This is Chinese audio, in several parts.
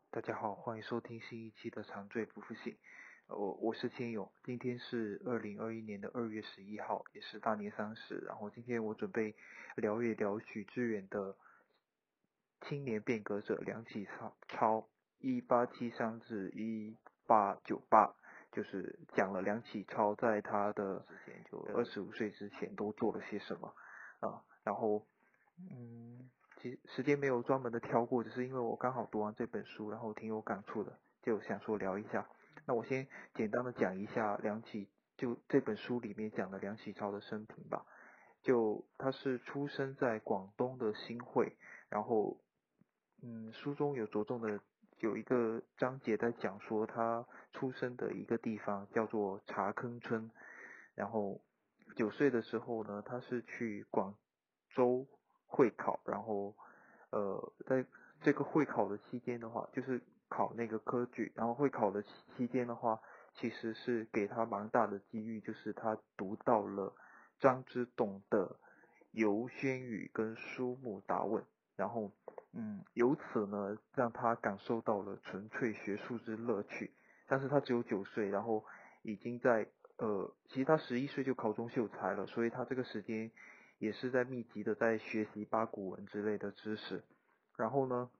大家好，欢迎收听新一期的长醉不复醒。我是千勇，今天是2021年的2月11号，也是大年30。然后今天我准备聊一聊许知远的青年变革者梁启超1873至1898，就是讲了梁启超在他的之前就25岁之前都做了些什么啊。然后其实时间没有专门的挑过，只是因为我刚好读完这本书，然后挺有感触的，就想说聊一下。那我先简单的讲一下就这本书里面讲的梁启超的生平吧。就他是出生在广东的新会，然后书中有一个章节在讲说他出生的一个地方叫做茶坑村，然后9岁的时候呢，他是去广州会考，然后在这个会考的期间的话，就是考那个科举，然后会考的期间的话，其实是给他蛮大的机遇，就是他读到了张之洞的游轩语跟书目答问，然后由此呢让他感受到了纯粹学术之乐趣。但是他只有9岁，然后已经其实他11岁就考中秀才了，所以他这个时间也是在密集的在学习八股文之类的知识。然后呢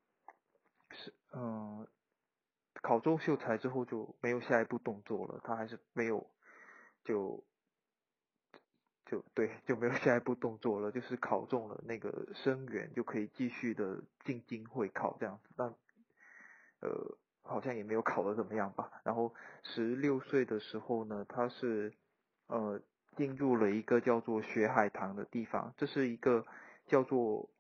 考中秀才之后就没有下一步动作了，他还是没有就就没有下一步动作了，就是考中了那个生源就可以继续的进京会考这样子，但好像也没有考得怎么样吧。然后16岁的时候呢，他是进入了一个叫做学海堂的地方，这是一个叫做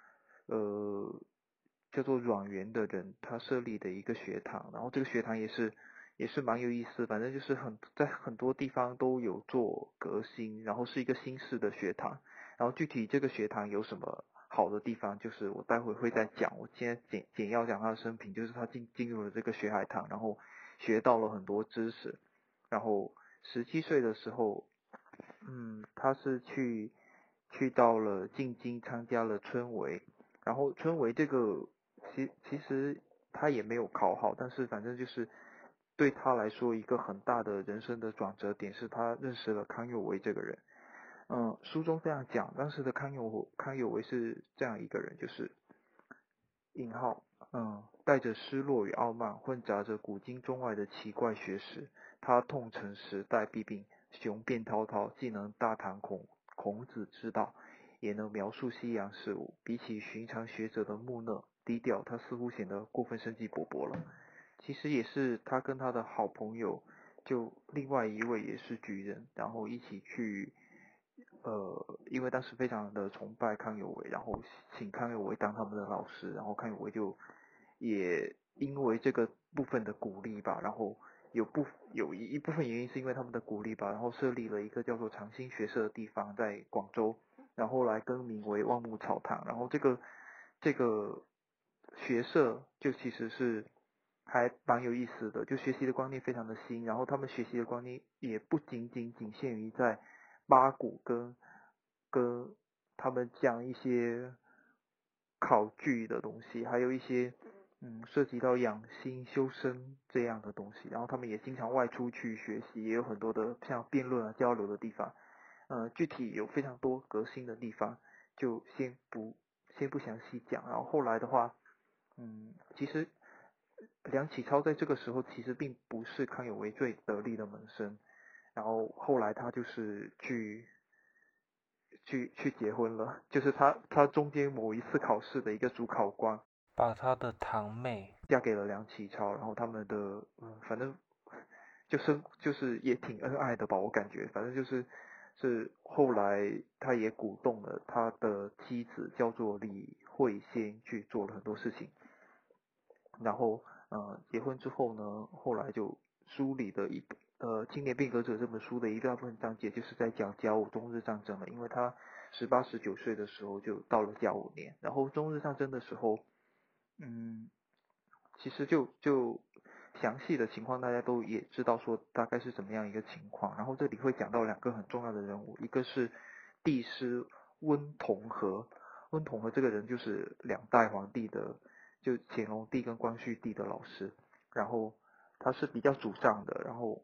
阮元的人他设立的一个学堂，然后这个学堂也是蛮有意思，反正就是在很多地方都有做革新，然后是一个新式的学堂。然后具体这个学堂有什么好的地方，就是我待会会再讲。我现在简要讲他的生平，就是他进入了这个学海堂，然后学到了很多知识。然后17岁的时候，他是去到了进京参加了春闱，然后春闱这个其实他也没有考好，但是反正就是对他来说一个很大的人生的转折点是他认识了康有为这个人。书中这样讲，当时的康有为是这样一个人，就是引号，带着失落与傲慢，混杂着古今中外的奇怪学识。他痛陈时代弊病，雄辩滔滔，既能大谈孔子之道，也能描述西洋事物。比起寻常学者的木讷低调，他似乎显得过分生机勃勃了。其实也是他跟他的好朋友，就另外一位也是举人，然后一起去因为当时非常的崇拜康有为，然后请康有为当他们的老师，然后康有为就也因为这个部分的鼓励吧，然后有一部分原因是因为他们的鼓励吧，然后设立了一个叫做长兴学社的地方在广州，然后来更名为万木草堂，然后这个学社就其实是还蛮有意思的，就学习的观念非常的新，然后他们学习的观念也不仅限于在八股跟他们讲一些考据的东西，还有一些涉及到养心修身这样的东西，然后他们也经常外出去学习，也有很多的像辩论啊交流的地方。具体有非常多革新的地方，就先不详细讲。然后后来的话，其实梁启超在这个时候其实并不是康有为最得力的门生，然后后来他就是去结婚了，就是他中间某一次考试的一个主考官把他的堂妹嫁给了梁启超，然后他们的反正就是也挺恩爱的吧，我感觉，反正是后来他也鼓动了他的妻子叫做李惠仙去做了很多事情，然后结婚之后呢，后来就书里的青年变革者这本书的一大部分章节就是在讲甲午中日战争了，因为他18、19岁的时候就到了甲午年，然后中日战争的时候，其实就详细的情况大家都也知道说大概是怎么样一个情况，然后这里会讲到2个很重要的人物，一个是帝师温同和，温同和这个人就是2代皇帝的就乾隆帝跟光绪帝的老师，然后他是比较主张的，然后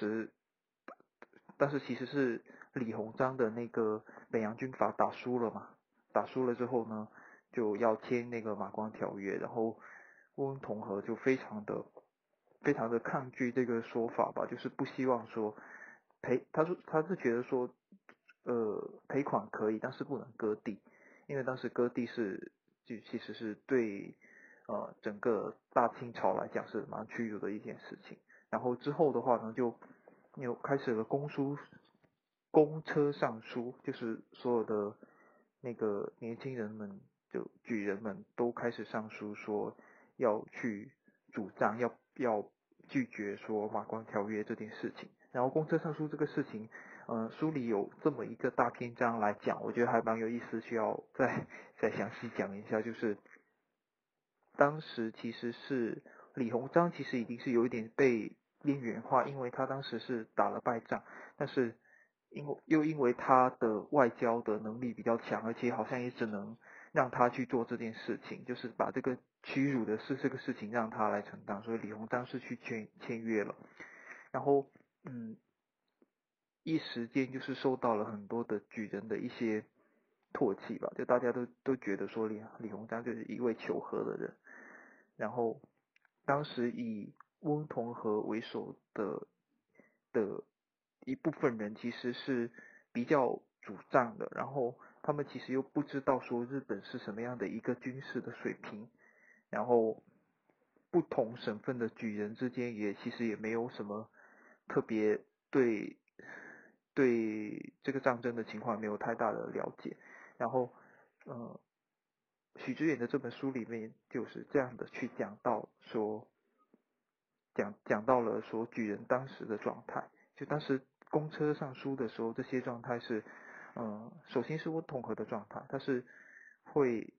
当时其实是李鸿章的那个北洋军阀打输了嘛，打输了之后呢，就要签那个马关条约，然后温同和就非常的抗拒这个说法吧，就是不希望说他是觉得说赔款可以，但是不能割地，因为当时割地就其实是对整个大清朝来讲是蛮屈辱的一件事情。然后之后的话呢，就又开始了公车上书，就是所有的那个年轻人们，就举人们都开始上书说要去主张要拒绝说马关条约这件事情。然后公车上书这个事情，书里有这么一个大篇章来讲，我觉得还蛮有意思，需要再详细讲一下，就是当时其实是李鸿章其实已经是有一点被边缘化，因为他当时是打了败仗，但是因为他的外交的能力比较强，而且好像也只能让他去做这件事情，就是把这个屈辱的这个事情让他来承担，所以李鸿章是去签约了，然后一时间就是受到了很多的举人的一些唾弃吧，就大家都觉得说李鸿章就是一位求和的人，然后当时以温同和为首的一部分人其实是比较主张的，然后他们其实又不知道说日本是什么样的一个军事的水平，然后不同省份的举人之间其实也没有什么特别对这个战争的情况没有太大的了解，然后许知远的这本书里面就是这样的去讲到了说举人当时的状态，就当时公车上书的时候，这些状态是，首先是温同和的状态，他是会，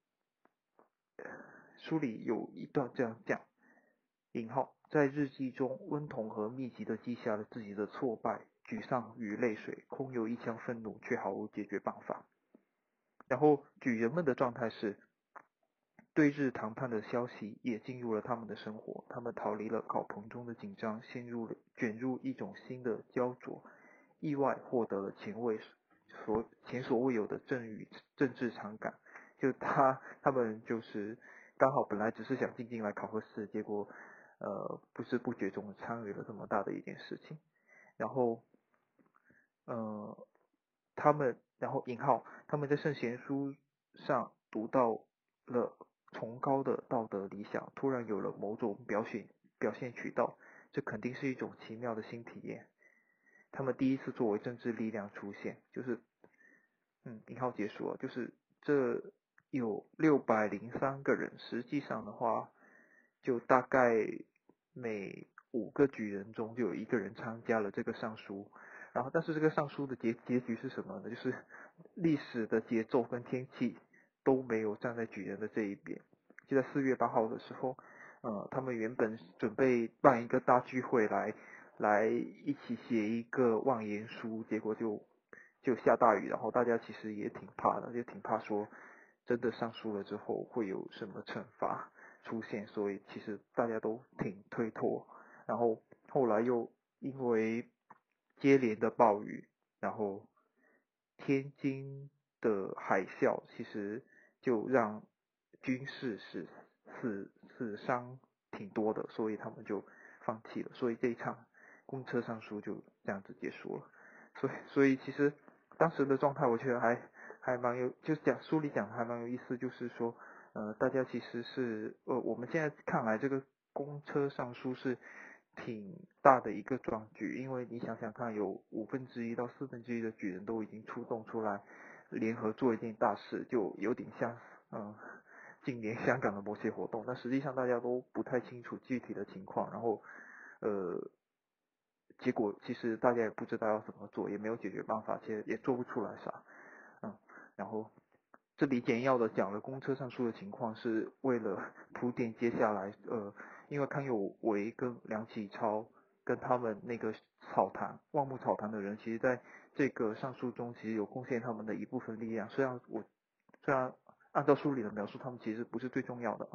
书里有一段这样讲，引号，在日记中，温同和密集的记下了自己的挫败、沮丧与泪水，空有一腔愤怒，却毫无解决办法。然后举人们的状态是，对日谈判的消息也进入了他们的生活，他们逃离了考棚中的紧张，卷入一种新的焦灼，意外获得了前所未有的政治常感。就他们就是刚好本来只是想进京来考个试，结果不知不觉中参与了这么大的一件事情。然后然后引号，他们在圣贤书上读到了崇高的道德理想，突然有了某种表现渠道，这肯定是一种奇妙的新体验。他们第一次作为政治力量出现，就是引号结束了，就是这有603个人，实际上的话，就大概每5个举人中就有1个人参加了这个上书，然后但是这个上书的结局是什么呢？就是历史的节奏跟天气都没有站在举人的这一边。就在4月8号的时候，他们原本准备办一个大聚会来一起写一个望言书，结果就下大雨，然后大家其实也挺怕的，就挺怕说真的上书了之后会有什么惩罚出现，所以其实大家都挺推脱。然后后来又因为接连的暴雨，然后天津的海啸，其实就让军事死伤挺多的，所以他们就放弃了。所以这一场公车上书就这样子结束了。所以其实当时的状态，我觉得还蛮有，就是书里讲的还蛮有意思，就是说，大家其实是，我们现在看来这个公车上书是挺大的一个壮举，因为你想想看，有1/5到1/4的举人都已经出动出来，联合做一件大事，就有点像，近年香港的某些活动，但实际上大家都不太清楚具体的情况，然后，结果其实大家也不知道要怎么做，也没有解决办法，其实也做不出来啥，然后这里简要的讲了公车上书的情况，是为了铺垫接下来，因为康有为跟梁启超跟他们那个望木草堂的人，其实在这个上书中其实有贡献他们的一部分力量，虽然按照书里的描述，他们其实不是最重要的啊，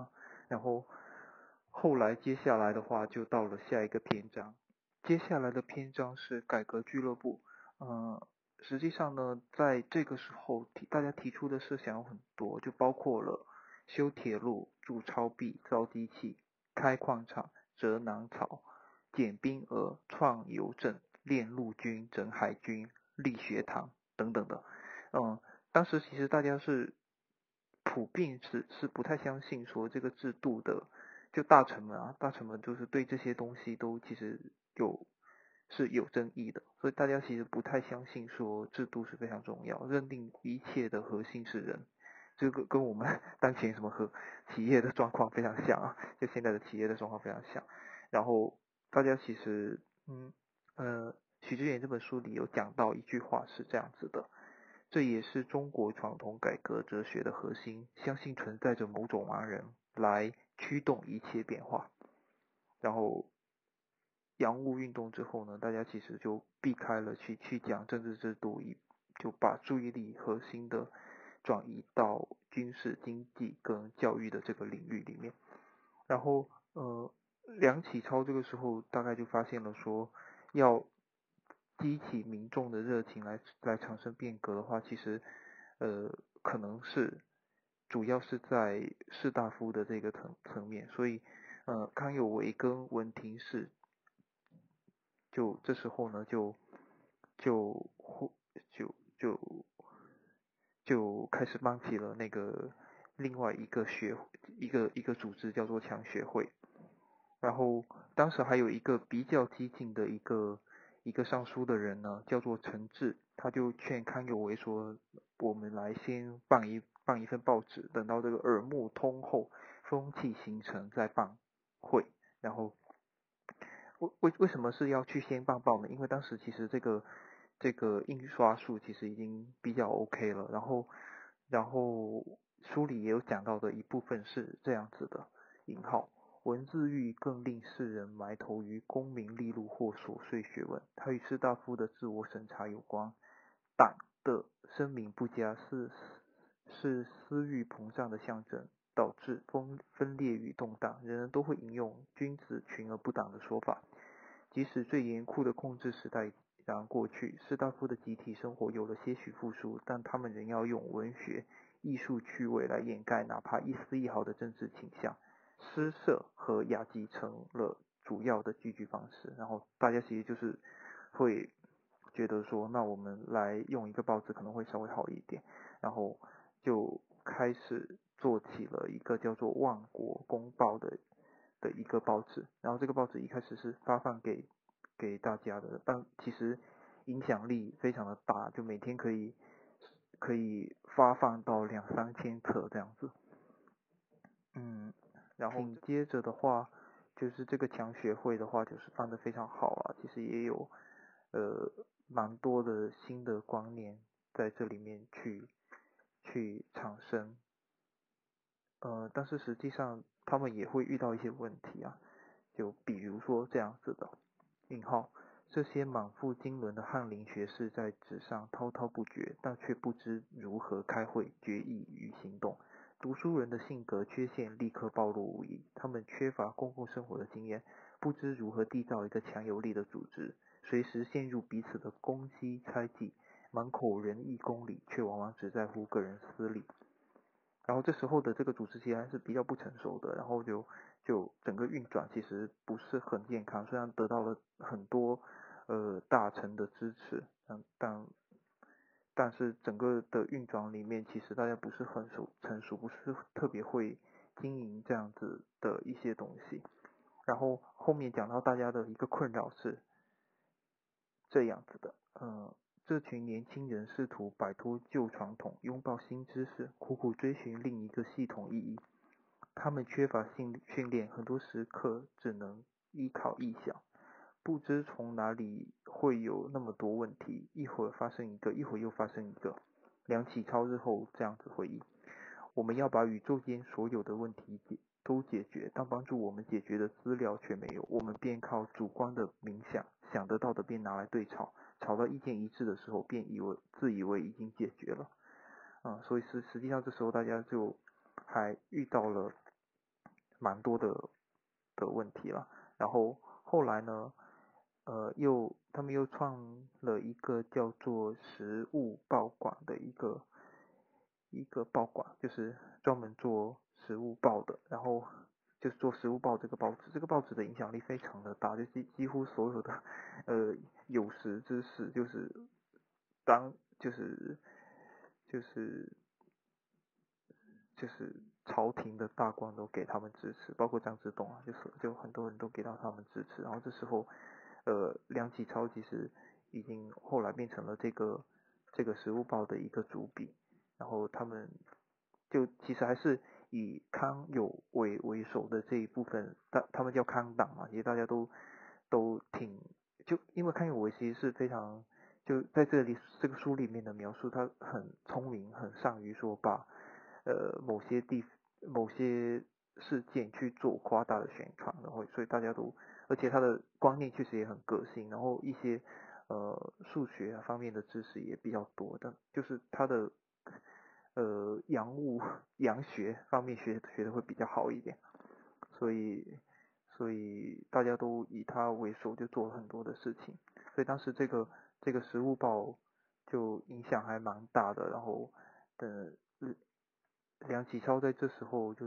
然后后来接下来的话就到了下一个篇章，接下来的篇章是改革俱乐部。实际上呢，在这个时候大家提出的设想有很多，就包括了修铁路、筑超壁、造机器、开矿场、折囊草、减兵额、创邮政、练陆军、整海军、立学堂等等的。当时其实大家是普遍是不太相信说这个制度的，就大臣们就是对这些东西都其实是有争议的，所以大家其实不太相信说制度是非常重要，认定一切的核心是人。这个跟我们当前什么和企业的状况非常像啊，就现在的企业的状况非常像。然后大家其实许知远这本书里有讲到一句话是这样子的，这也是中国传统改革哲学的核心，相信存在着某种盲人来驱动一切变化。然后洋务运动之后呢，大家其实就避开了去讲政治制度，就把注意力核心的转移到军事、经济跟教育的这个领域里面。然后梁启超这个时候大概就发现了说，要激起民众的热情来产生变革的话，其实可能是主要是在士大夫的这个层面，所以康有为跟文廷式就这时候呢就就就就开始帮起了那个另外一个一个组织叫做强学会。然后当时还有一个比较激进的一个上书的人呢，叫做陈志，他就劝康有为说，我们来先办一份报纸，等到这个耳目通后，风气形成再办会。然后为什么是要去先办报呢？因为当时其实这个印刷术其实已经比较 OK 了，然后书里也有讲到的一部分是这样子的，引号。文字狱更令世人埋头于功名利禄或琐碎学问，它与士大夫的自我审查有关。党的声名不佳是私欲膨胀的象征，导致分裂与动荡。人人都会引用君子群而不党的说法。即使最严酷的控制时代然过去，士大夫的集体生活有了些许复苏，但他们仍要用文学、艺术趣味来掩盖哪怕一丝一毫的政治倾向。诗社和雅集成了主要的聚居方式，然后大家其实就是会觉得说，那我们来用一个报纸可能会稍微好一点，然后就开始做起了一个叫做《万国公报》的一个报纸，然后这个报纸一开始是发放给大家的，但其实影响力非常的大，就每天可以发放到2、3千册这样子。然后紧接着的话，就是这个强学会的话，就是办得非常好啊，其实也有蛮多的新的观念在这里面去产生。但是实际上他们也会遇到一些问题啊，就比如说这样子的，引号，这些满腹经纶的翰林学士在纸上滔滔不绝，但却不知如何开会决议与行动。读书人的性格缺陷立刻暴露无遗，他们缺乏公共生活的经验，不知如何缔造一个强有力的组织，随时陷入彼此的攻击猜忌，满口仁义公理，却往往只在乎个人私利。然后这时候的这个组织其实还是比较不成熟的，然后就整个运转其实不是很健康，虽然得到了很多大臣的支持，但是整个的运转里面其实大家不是很成熟，不是特别会经营这样子的一些东西。然后后面讲到大家的一个困扰是这样子的，这群年轻人试图摆脱旧传统，拥抱新知识，苦苦追寻另一个系统意义。他们缺乏训练，很多时刻只能依靠臆想，不知从哪里会有那么多问题，一会儿发生一个，一会儿又发生一个。梁启超日后这样子回忆：我们要把宇宙间所有的问题都解决，但帮助我们解决的资料却没有，我们便靠主观的冥想，想得到的便拿来对吵，吵到意见一致的时候，便自以为已经解决了。所以实际上这时候大家就还遇到了蛮多的问题了。然后后来呢，他们又创了一个叫做食物报馆的一个报馆，就是专门做食物报的，然后就是做食物报这个报纸，这个报纸的影响力非常的大，就几乎所有的有识之士，当就是就是就是朝廷的大官都给他们支持，包括张之洞啊，就很多人都给到他们支持。然后这时候，梁启超其实已经后来变成了这个《食物报》的一个主笔，然后他们就其实还是以康有为首的这一部分，他们叫康党嘛，其实大家都挺就因为康有为其实是非常就在这个书里面的描述，他很聪明，很善于说把某些事件去做夸大的宣传，然后所以大家都，而且他的观念确实也很个性，然后一些数学方面的知识也比较多的，就是他的洋学方面学的会比较好一点，所以大家都以他为首，就做了很多的事情，所以当时这个《食物报》就影响还蛮大的，然后等梁启超在这时候就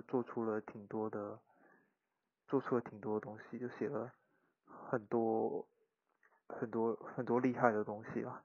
做出了挺多的东西，就写了很多很多厉害的东西了。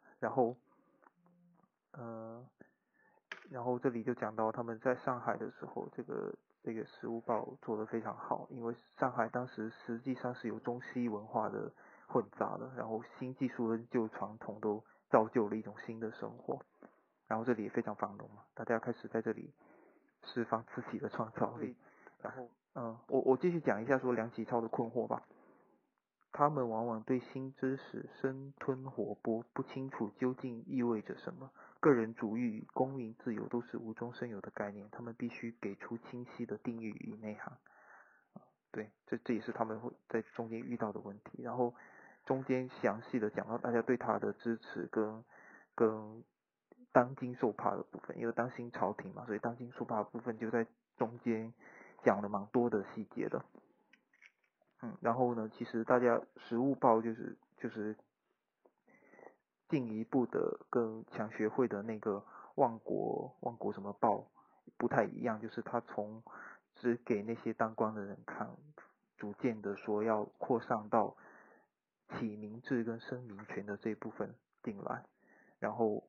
呃，然后这里就讲到他们在上海的时候，这个《食物报》做得非常好，因为上海当时实际上是有中西文化的混杂的，然后新技术跟旧传统都造就了一种新的生活。然后这里也非常繁荣嘛，大家开始在这里释放自己的创造力。然后，我继续讲一下说梁启超的困惑吧。他们往往对新知识生吞活剥，不清楚究竟意味着什么。个人主义与公民自由都是无中生有的概念，他们必须给出清晰的定义与内涵。对，这也是他们会在中间遇到的问题。然后中间详细的讲到大家对他的支持跟当今受怕的部分，因为当今朝廷嘛，所以当今受怕的部分就在中间讲了蛮多的细节的。然后呢，其实大家《食物报》就是进一步的跟强学会的那个万国什么报不太一样，就是他从只给那些当官的人看，逐渐的说要扩散到起名制跟声明权的这一部分进来，然后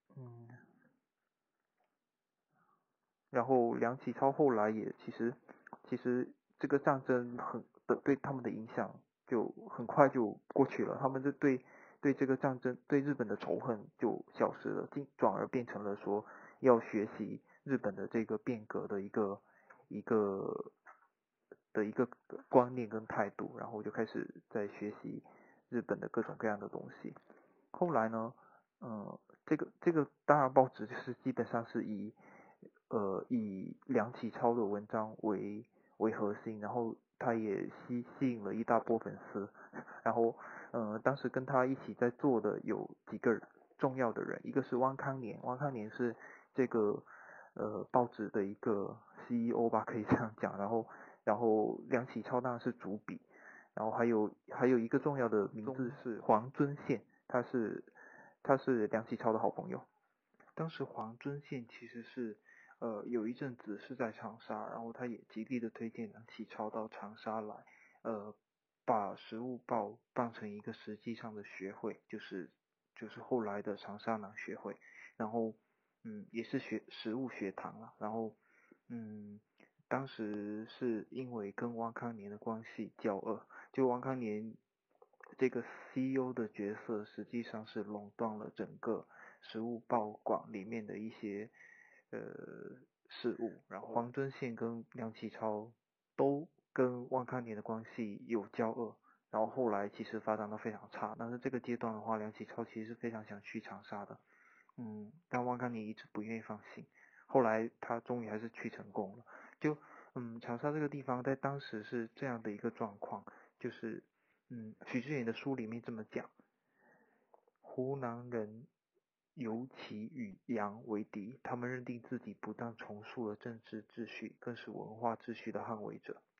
然后梁启超后来也其实这个战争对他们的影响就很快就过去了，他们就对这个战争对日本的仇恨就消失了，转而变成了说要学习日本的这个变革的一个一个观念跟态度，然后就开始在学习日本的各种各样的东西。后来呢，这个当然报纸就是基本上是以梁启超的文章为核心，然后他也吸引了一大波粉丝，然后当时跟他一起在做的有几个重要的人，一个是汪康年，汪康年是这个报纸的一个 CEO 吧，可以这样讲，然后梁启超当然是主笔，然后还有一个重要的名字是黄遵宪，他是梁启超的好朋友。当时黄遵宪其实是有一阵子是在长沙，然后他也极力的推荐梁启超到长沙来，把食物报办成一个实际上的学会，就是后来的长沙囊学会，然后也是食物学堂啊，然后当时是因为跟汪康年的关系较恶，就汪康年这个 CEO 的角色实际上是垄断了整个食物报馆里面的一些事务，然后黄遵宪跟梁启超都跟汪康年的关系有交恶，然后后来其实发展的非常差，但是这个阶段的话，梁启超其实是非常想去长沙的，但汪康年一直不愿意放行，后来他终于还是去成功了，就长沙这个地方在当时是这样的一个状况，就是许知远的书里面这么讲，湖南人尤其与洋为敌，他们认定自己不但重塑了政治秩序，更是文化秩序的捍卫者。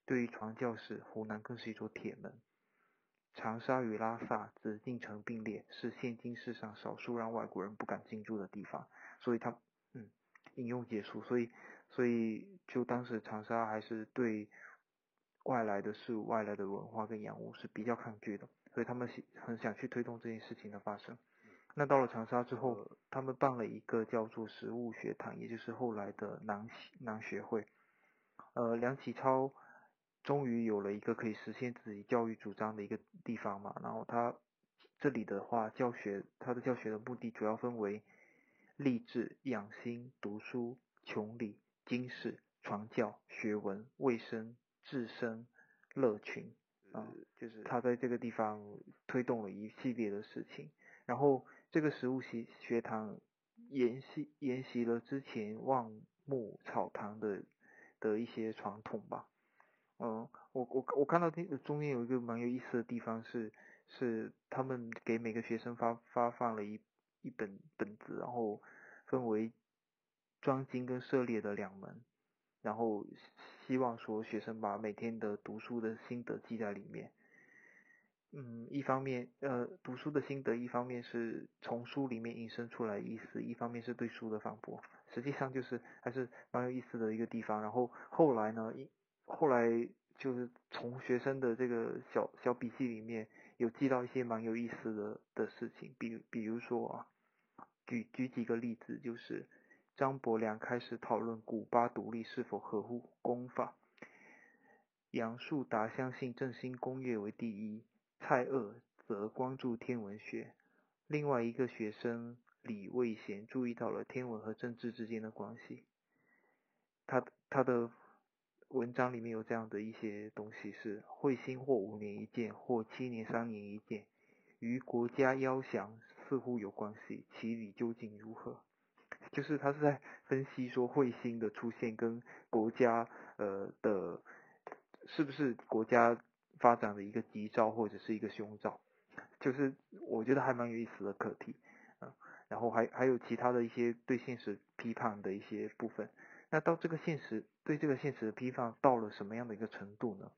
对于传教士，湖南更是一座铁门。长沙与拉萨紫禁城并列，是现今世上少数让外国人不敢进驻的地方。所以引用结束。所以就当时长沙还是对外来的事物、外来的文化跟洋务是比较抗拒的，所以他们很想去推动这件事情的发生。那到了长沙之后，他们办了一个叫做实物学堂，也就是后来的囊学会。梁启超终于有了一个可以实现自己教育主张的一个地方嘛，然后他这里的话，他的教学的目的主要分为励志、养心、读书、穷理、经世、传教、学文、卫生、治生、乐群就是他在这个地方推动了一系列的事情。然后这个实物学堂沿袭了之前望木草堂的一些传统吧。我看到中间有一个蛮有意思的地方是他们给每个学生发放了一本子，然后分为专精跟涉猎的两门，然后希望说学生把每天的读书的心得记在里面。一方面读书的心得，一方面是从书里面引申出来的意思，一方面是对书的反驳，实际上就是还是蛮有意思的一个地方。然后后来就是从学生的这个小笔记里面有记到一些蛮有意思的事情，比如说举几个例子，就是张伯良开始讨论古巴独立是否合乎公法，杨树达相信振兴工业为第一，蔡锷则关注天文学。另外一个学生李卫贤注意到了天文和政治之间的关系。他的文章里面有这样的一些东西是：彗星或5年一见，或7年3年一见，与国家要想似乎有关系，其理究竟如何？就是他是在分析说彗星的出现跟国家的是不是国家发展的一个吉兆或者是一个凶兆，就是我觉得还蛮有意思的课题。然后还有其他的一些对现实批判的一些部分。那到对这个现实的批判到了什么样的一个程度呢？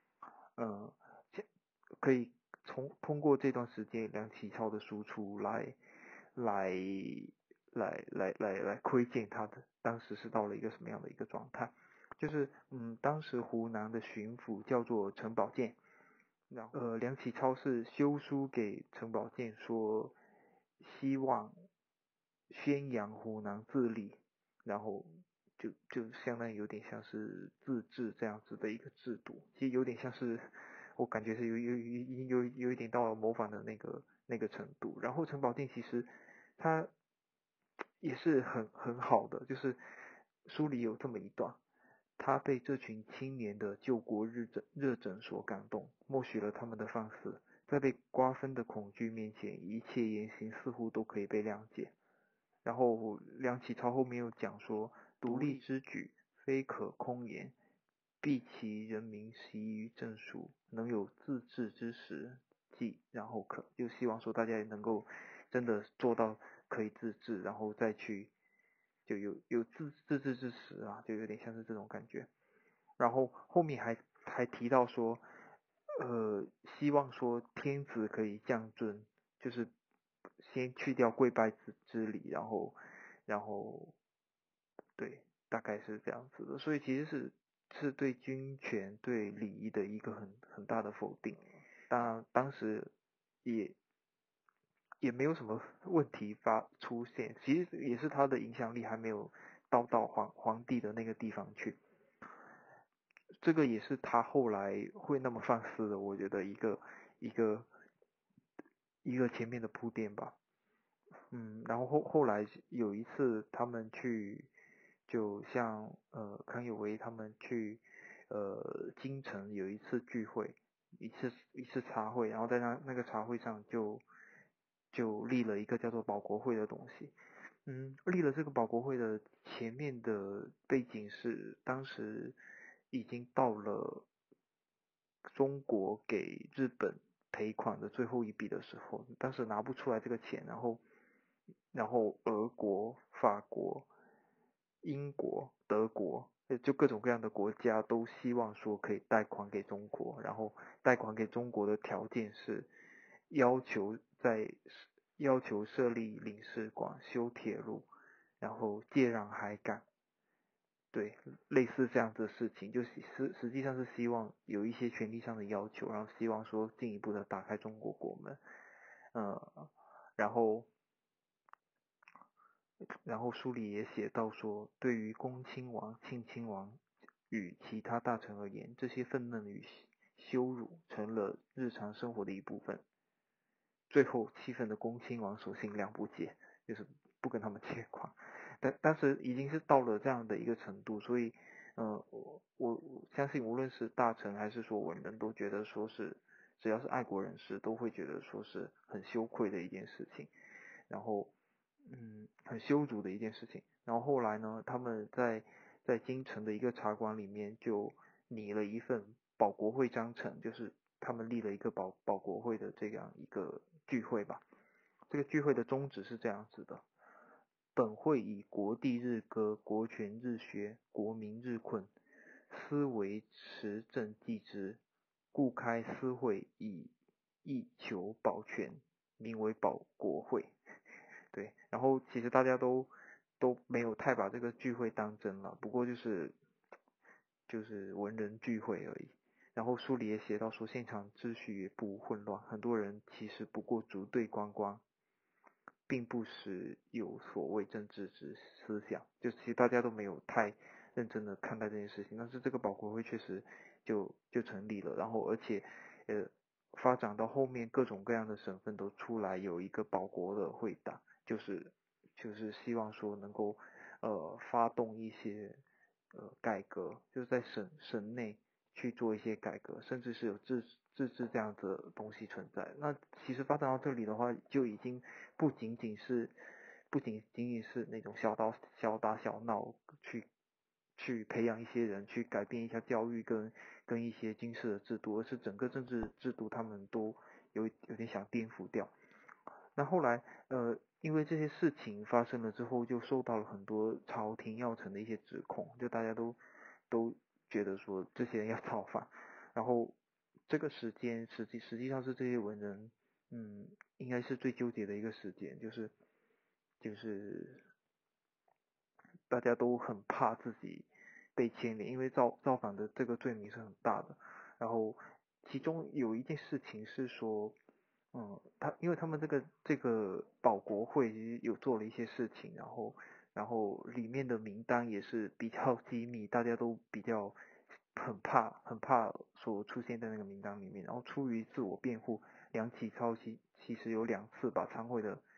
可以通过这段时间梁启超的输出来窥见他的当时是到了一个什么样的一个状态。就是当时湖南的巡抚叫做陈宝剑，然后梁启超是修书给陈宝剑说，希望宣扬湖南自立，然后就相当于有点像是自治这样子的一个制度，其实有点像是我感觉是有一点到了模仿的那个程度。然后陈宝剑其实他也是很好的，就是书里有这么一段。他被这群青年的救国热忱所感动，默许了他们的放肆，在被瓜分的恐惧面前，一切言行似乎都可以被谅解。然后梁启超后面又讲说，独立之举，非可空言，必其人民习于政术，能有自治之时，然后就希望说大家也能够真的做到可以自治，然后再去就有自治之时啊，就有点像是这种感觉。然后后面还提到说，希望说天子可以降尊，就是先去掉跪拜之礼，然后对，大概是这样子的。所以其实是对军权对礼仪的一个很大的否定。当时也没有什么问题出现，其实也是他的影响力还没有到皇帝的那个地方去。这个也是他后来会那么放肆的，我觉得一个前面的铺垫吧。然后后来有一次他们去，就像康有为他们去京城有一次聚会，一次茶会，然后在那个茶会上就立了一个叫做保国会的东西。立了这个保国会的前面的背景是当时已经到了中国给日本赔款的最后一笔的时候，当时拿不出来这个钱，然后俄国、法国、英国、德国就各种各样的国家都希望说可以贷款给中国，然后贷款给中国的条件是要求要求设立领事馆、修铁路，然后借让海港，对，类似这样子的事情，就实际上是希望有一些权利上的要求，然后希望说进一步的打开中国国门，然后书里也写到说，对于恭亲王、庆亲王与其他大臣而言，这些愤懑与羞辱成了日常生活的一部分。最后，气愤的恭亲王索性两不接，就是不跟他们借款。但是已经是到了这样的一个程度，所以，我相信无论是大臣还是说文人，都觉得说是只要是爱国人士，都会觉得说是很羞愧的一件事情，然后，很羞辱的一件事情。然后后来呢，他们在京城的一个茶馆里面就拟了一份保国会章程，就是他们立了一个保国会的这样一个聚会吧。这个聚会的宗旨是这样子的：本会以国地日歌，国权日削，国民日困，思维持政继之，故开私会以义求保全，名为保国会。对，然后其实大家都没有太把这个聚会当真了，不过就是文人聚会而已。然后书里也写到说，现场秩序也不无混乱，很多人其实不过逐队观光，并不时有所谓政治之思想，就其实大家都没有太认真的看待这件事情。但是这个保国会确实就成立了，然后而且发展到后面各种各样的省份都出来有一个保国的会党，就是希望说能够发动一些改革，就是在省内去做一些改革，甚至是有自治这样子的东西存在。那其实发展到这里的话，就已经不仅仅是那种小打小闹去培养一些人，去改变一下教育跟一些军事的制度，而是整个政治制度他们都有点想颠覆掉。那后来因为这些事情发生了之后，就受到了很多朝廷要臣的一些指控，就大家都觉得说这些人要造反，然后这个时间实际上是这些文人应该是最纠结的一个时间，就是大家都很怕自己被牵连，因为造反的这个罪名是很大的。然后其中有一件事情是说，因为他们这个保国会其实有做了一些事情，然后里面的名单也是比较机密，大家都比较很怕说出现在那个名单里面。然后出于自我辩护，梁启超其实有2次把参会的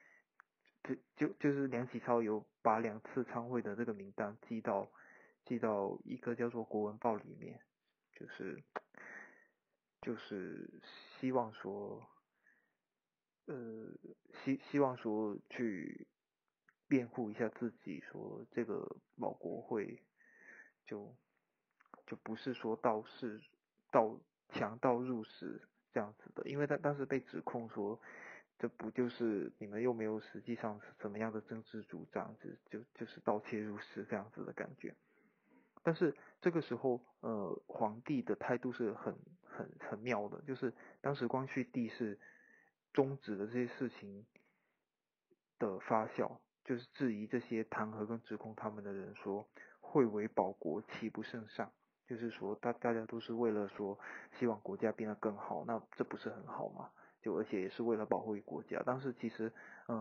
就是梁启超有把2次参会的这个名单寄到一个叫做《国文报》里面，就是希望说，希望说去辩护一下自己，说这个保国会就不是说强盗入室这样子的，因为他当时被指控说，这不就是你们又没有实际上是怎么样的政治主张，就是盗窃入室这样子的感觉。但是这个时候，皇帝的态度是很妙的，就是当时光绪帝是终止了这些事情的发酵，就是质疑这些弹劾跟指控他们的人说，会为保国，岂不甚上？就是说大家都是为了说希望国家变得更好，那这不是很好吗？而且也是为了保护国家。当时其实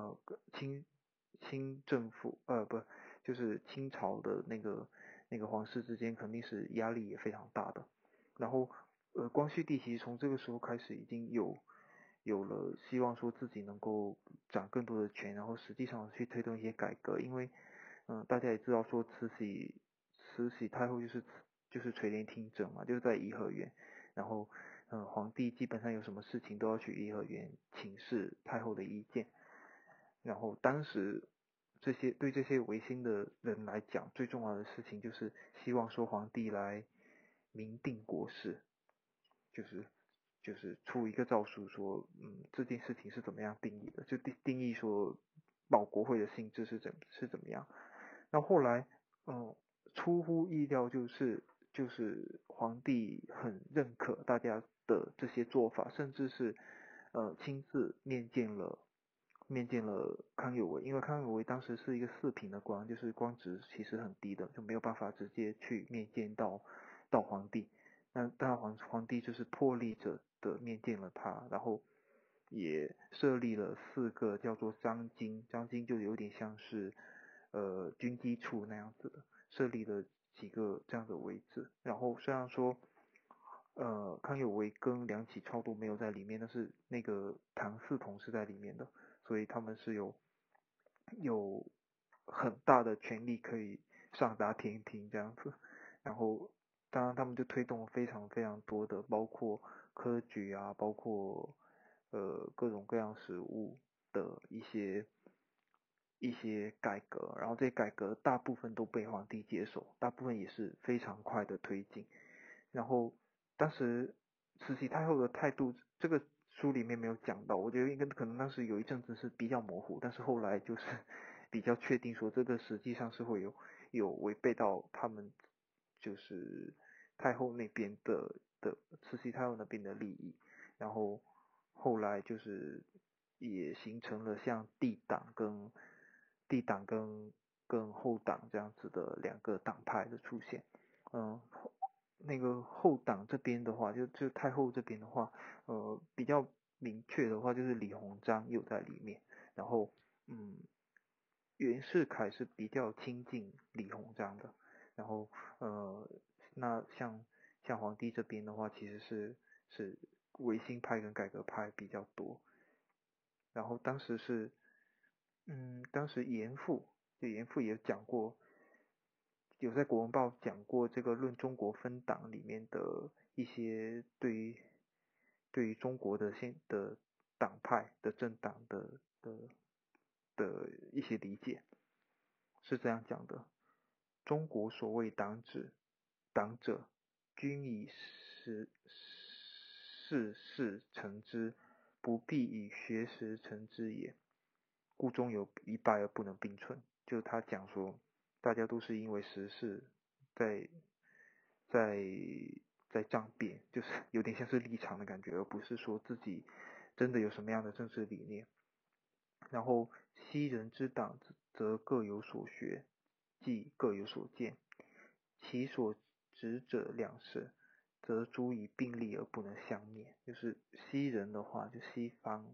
清政府不就是清朝的那个皇室之间肯定是压力也非常大的。然后光绪帝其实从这个时候开始已经有了希望说自己能够掌更多的权，然后实际上去推动一些改革，因为大家也知道说慈禧太后就是垂帘听政嘛，就是在颐和园，然后皇帝基本上有什么事情都要去颐和园请示太后的意见。然后当时对这些维新的人来讲，最重要的事情就是希望说皇帝来明定国事，就是出一个诏书说，这件事情是怎么样定义的，就定义说保国会的性质是怎么样。那后来， 出乎意料，就是皇帝很认可大家的这些做法，甚至是亲自面见了康有为，因为康有为当时是一个四品的官，就是官职其实很低的，就没有办法直接去面见到皇帝。那当然皇帝就是破例的面见了他，然后也设立了4个叫做章京，章京就有点像是军机处那样子的，设立了几个这样的位置。然后虽然说康有为跟梁启超都没有在里面，但是那个唐嗣同是在里面的，所以他们是有很大的权力可以上达天庭这样子。然后当然他们就推动了非常非常多的，包括科举啊，包括各种各样食物的一些改革，然后这些改革大部分都被皇帝接手，大部分也是非常快的推进。然后当时慈禧太后的态度，这个书里面没有讲到，我觉得应该可能当时有一阵子是比较模糊，但是后来就是比较确定说这个实际上是会有违背到他们就是太后那边的慈禧太后那边的利益，然后后来就是也形成了像帝党跟后党这样子的2个党派的出现。那个后党这边的话，就太后这边的话，比较明确的话就是李鸿章有在里面，然后袁世凯是比较亲近李鸿章的，然后那像皇帝这边的话，其实是维新派跟改革派比较多，然后当时严复也讲过，有在国文报讲过这个《论中国分党》里面的一些对于中国的党派的政党的一些理解，是这样讲的：中国所谓党者，均以事成之，不必以学识成之也。故中有一败而不能并存。就他讲说，大家都是因为时事在在在仗辩，就是有点像是立场的感觉，而不是说自己真的有什么样的政治理念。然后昔人之党则各有所学，即各有所见，其所执者两舌，则足以并立而不能相灭。就是西人的话，就西方，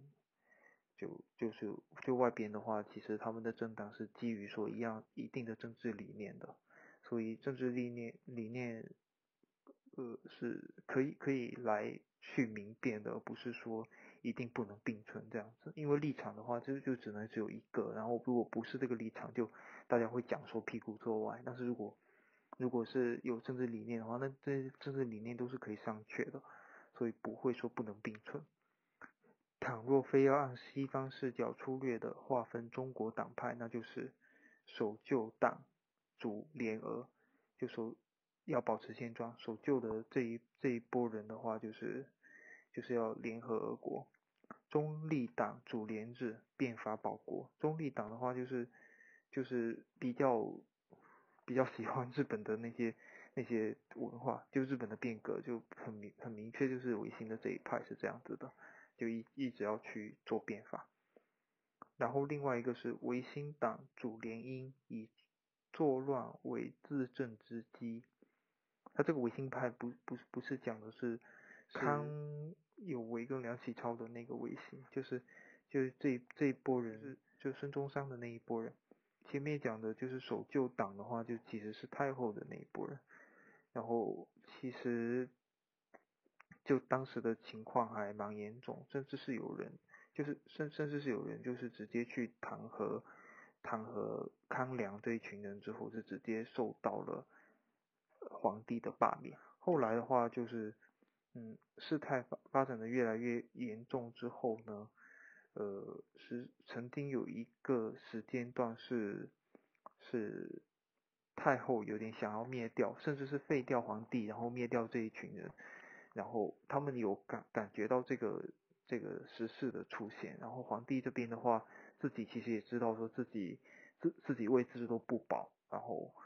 就外边的话，其实他们的政党是基于说一定的政治理念的，所以政治理念是可以来去明辨的，而不是说一定不能并存这样子。因为立场的话，就只有一个，然后如果不是这个立场，就大家会讲说屁股坐歪。但是如果是有政治理念的话，那这政治理念都是可以商榷的，所以不会说不能并存。倘若非要按西方视角粗略的划分中国党派，那就是守旧党主联俄，要保持现状。守旧的这一波人的话，就是要联合俄国。中立党主联日，变法保国。中立党的话，就是比较喜欢日本的那些文化，就日本的变革就很明确，就是维新的这一派是这样子的。就一直要去做变法。然后另外一个是维新党主联姻，以作乱为自正之基。他这个维新派不是讲的是康有为跟梁启超的那个维新，就是这一波人，就孙中山的那一波人。前面讲的就是守旧党的话，就其实是太后的那一波人。然后其实就当时的情况还蛮严重，甚至是有人甚至是有人就是直接去弹劾康梁这一群人之后，是直接受到了皇帝的罢免。后来的话就是事态发展的越来越严重之后呢，曾经有一个时间段是太后有点想要灭掉，甚至是废掉皇帝，然后灭掉这一群人。然后他们有感觉到这个时事的出现，然后皇帝这边的话，自己其实也知道说自己位置都不保，然后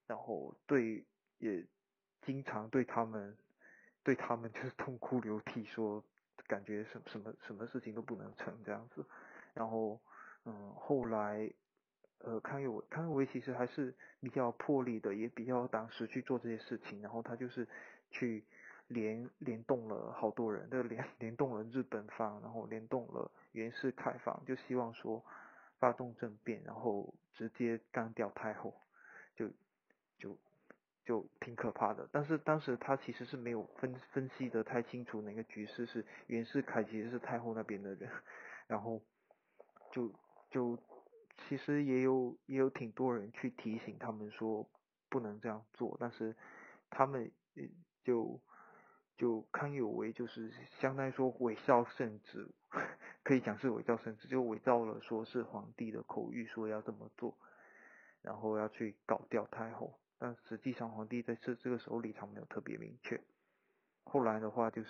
然后也经常对他们就是痛哭流涕，说感觉什么事情都不能成这样子。然后后来康有为其实还是比较魄力的，也比较当时去做这些事情。然后他就是去联动了好多人，联动了日本方，然后联动了袁世凯方，就希望说发动政变，然后直接干掉太后，就就就挺可怕的。但是当时他其实是没有分析的太清楚哪个局势是袁世凯其实是太后那边的人，然后就就其实也有挺多人去提醒他们说不能这样做，但是他们就康有为就是相当于说伪造圣旨，可以讲是伪造圣旨，就伪造了说是皇帝的口谕说要这么做，然后要去搞掉太后，但实际上皇帝在这个时候立场没有特别明确。后来的话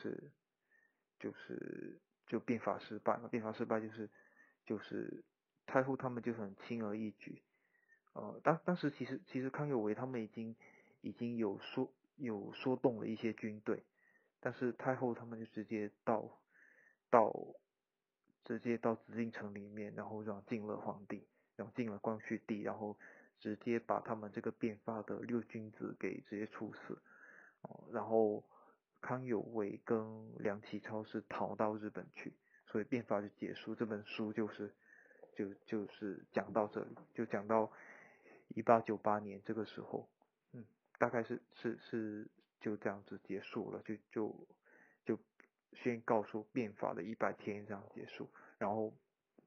就变法失败了，变法失败就是太后他们就很轻而易举，当时其实康有为他们已经有说动了一些军队，但是太后他们就到直接到紫禁城里面，然后软禁了皇帝，软禁了光绪帝，然后直接把他们这个变法的六君子给直接处死，然后康有为跟梁启超是逃到日本去，所以变法就结束。这本书就是讲到这里，就讲到1898年这个时候，大概是就这样子结束了，就宣告说变法的100天这样结束，然后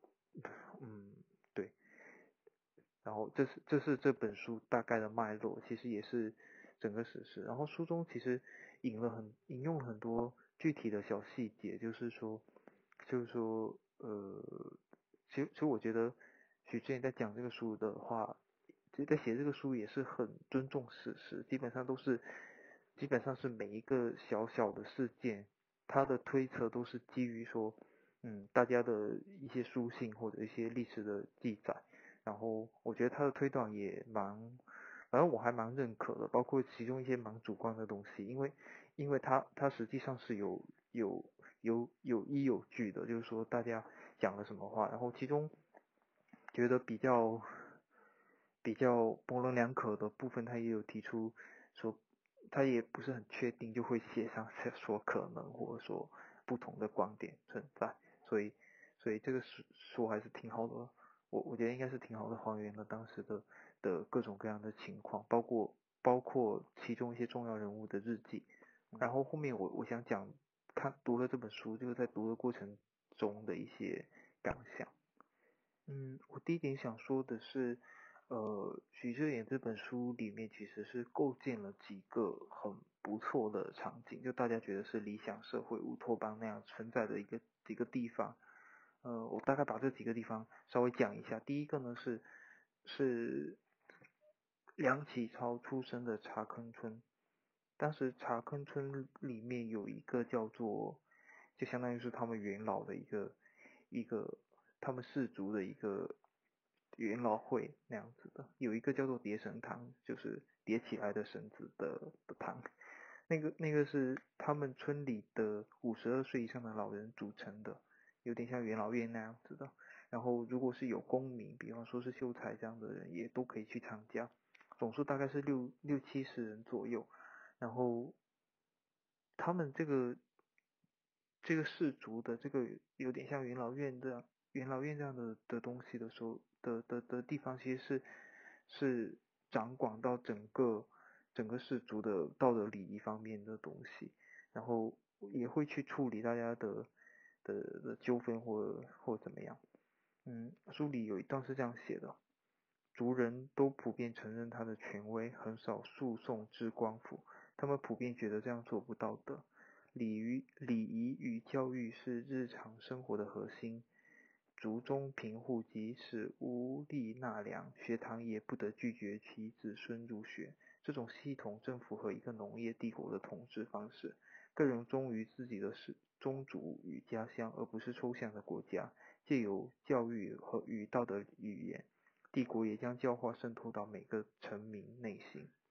对，然后这是这本书大概的脉络，其实也是整个史实。然后书中其实引用了很多具体的小细节，就是说其实我觉得许志远在讲这个书的话，其实在写这个书也是很尊重史实，基本上是每一个小小的事件，他的推测都是基于说大家的一些书信或者一些历史的记载。然后我觉得他的推断也反正我还蛮认可的，包括其中一些蛮主观的东西，因为他实际上是有依有据的，就是说大家讲了什么话，然后其中觉得比较模棱两可的部分，他也有提出说他也不是很确定，就会写上说可能或者说不同的观点存在，所以这个书还是挺好的，我觉得应该是挺好的还原了当时的各种各样的情况，包括其中一些重要人物的日记。然后后面我想讲读了这本书，就是在读的过程中的一些感想。我第一点想说的是，许知远这本书里面其实是构建了几个很不错的场景，就大家觉得是理想社会乌托邦那样存在的几个地方。我大概把这几个地方稍微讲一下。第一个呢是梁启超出生的茶坑村，当时茶坑村里面有一个叫做，就相当于是他们元老的一个他们氏族的一个元老会那样子的，有一个叫做叠神堂，就是叠起来的绳子的堂，那个是他们村里的52岁以上的老人组成的，有点像元老院那样子的。然后如果是有功名，比方说是秀才这样的人，也都可以去参加。总数大概是六七十人左右。然后他们这个氏族的这个有点像元老院这样的东西的时候的地方，其实是掌管到整个氏族的道德礼仪方面的东西，然后也会去处理大家的纠纷或怎么样。书里有一段是这样写的：族人都普遍承认他的权威，很少诉讼至官府。他们普遍觉得这样做不道德。礼仪与教育是日常生活的核心。族中贫户即使无力纳粮，学堂也不得拒绝其子孙入学。这种系统正符合一个农业帝国的统治方式。个人忠于自己的宗族与家乡，而不是抽象的国家。借由教育与道德语言，帝国也将教化渗透到每个臣民内心。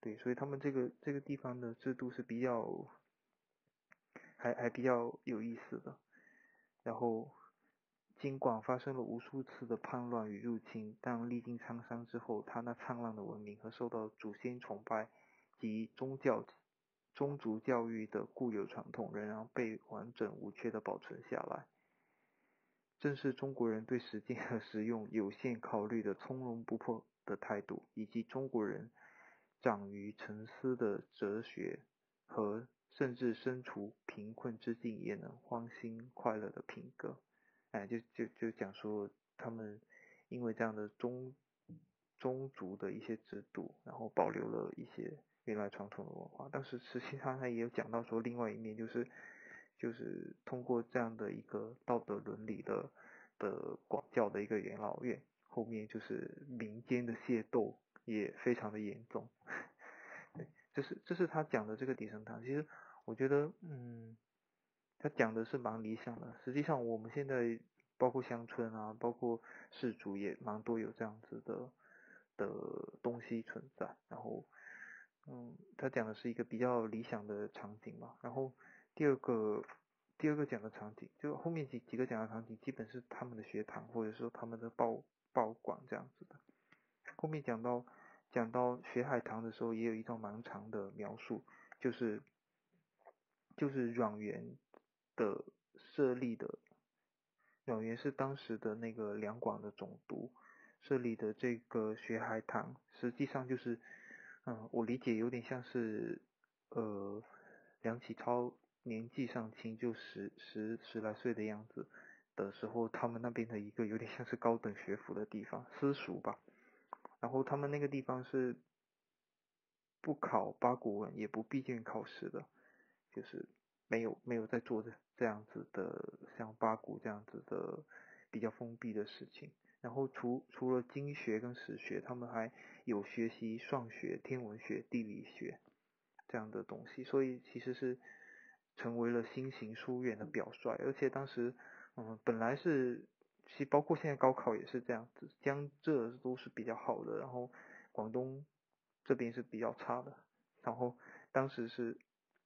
对，所以他们这个地方的制度是比较还比较有意思的。然后尽管发生了无数次的叛乱与入侵，但历经沧桑之后，他那灿烂的文明和受到祖先崇拜及宗族教育的固有传统仍然被完整无缺地保存下来。正是中国人对实践和实用有限考虑的从容不迫的态度，以及中国人长于沉思的哲学和甚至身处贫困之境也能欢欣快乐的品格。就讲说他们因为这样的宗族的一些制度，然后保留了一些原来传统的文化。但是实际上他也有讲到说另外一面，就是通过这样的一个道德伦理的广教的一个元老院，后面就是民间的械斗也非常的严重。对，这是他讲的这个底层堂。其实我觉得他讲的是蛮理想的。实际上我们现在包括乡村啊，包括氏族也蛮多有这样子的东西存在。然后他讲的是一个比较理想的场景嘛。然后第二个讲的场景，就后面几个讲的场景基本是他们的学堂或者说他们的报馆这样子的。后面讲到学海棠的时候，也有一段蛮长的描述，就是阮元的设立的，阮元是当时的那个两广的总督设立的这个学海棠，实际上就是我理解有点像是梁启超年纪尚轻，就十来岁的样子的时候，他们那边的一个有点像是高等学府的地方，私塾吧。然后他们那个地方是不考八股文，也不闭卷考试的，就是没有在做这样子的像八股这样子的比较封闭的事情。然后除了经学跟史学，他们还有学习算学、天文学、地理学这样的东西，所以其实是成为了新型书院的表率。而且当时本来是其实包括现在高考也是这样子，江浙都是比较好的，然后广东这边是比较差的。然后当时是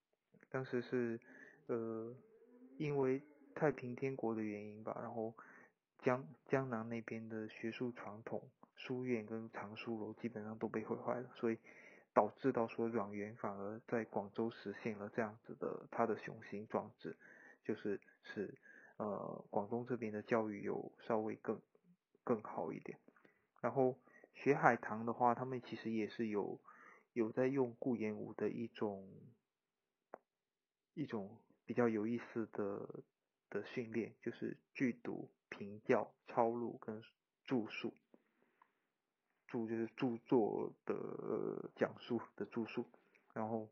因为太平天国的原因吧，然后江南那边的学术传统，书院跟藏书楼基本上都被毁坏了，所以导致到说阮元反而在广州实现了这样子的他的雄心壮志，就是使广东这边的教育有稍微更好一点。然后学海棠的话，他们其实也是有在用顾炎武的一种比较有意思的训练，就是剧读、评教、抄录跟著述。著就是著作的讲述的著述，然后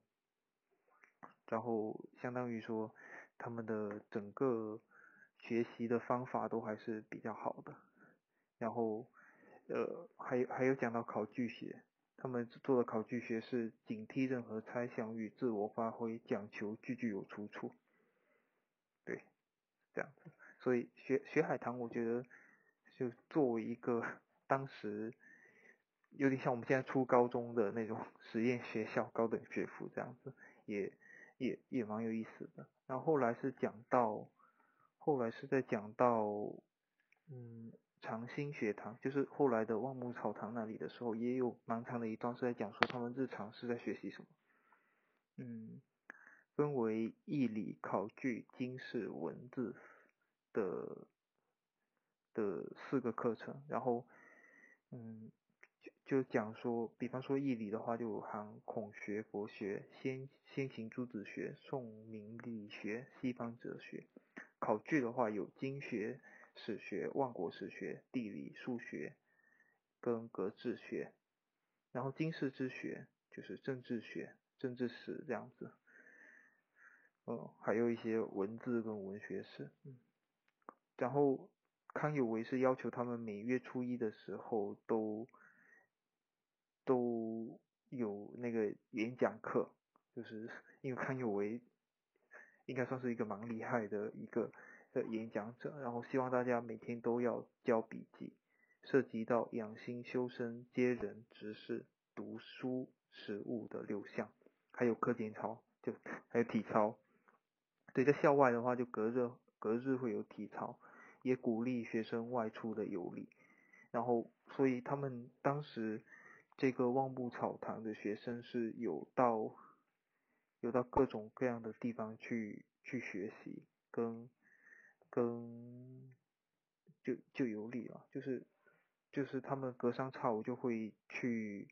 相当于说他们的整个学习的方法都还是比较好的。然后还有讲到考据学，他们做的考据学是警惕任何猜想与自我发挥，讲求句句有出处。对，这样子。所以学海棠，我觉得就作为一个当时有点像我们现在初高中的那种实验学校高等学府这样子，也蛮有意思的。然后后来是在讲到长兴学堂，就是后来的万木草堂那里的时候，也有蛮长的一段是在讲说他们日常是在学习什么。分为义理、考据、经世、文字的四个课程。然后就讲说，比方说义理的话，就含孔学、国学、先秦诸子学、宋明理学、西方哲学。考据的话有经学、史学、万国史学、地理、数学跟格致学。然后经世之学就是政治学、政治史这样子。还有一些文字跟文学史。然后康有为是要求他们每月初一的时候都有那个演讲课，就是因为康有为应该算是一个蛮厉害的一个演讲者，然后希望大家每天都要交笔记，涉及到养心修身、接人、直事、读书、 食物的流向，还有课间操，还有体操。对，在校外的话就隔日会有体操，也鼓励学生外出的游历。然后，所以他们当时这个望木草堂的学生是有到各种各样的地方去学习，跟就游历啊，就是他们隔三差五就会去，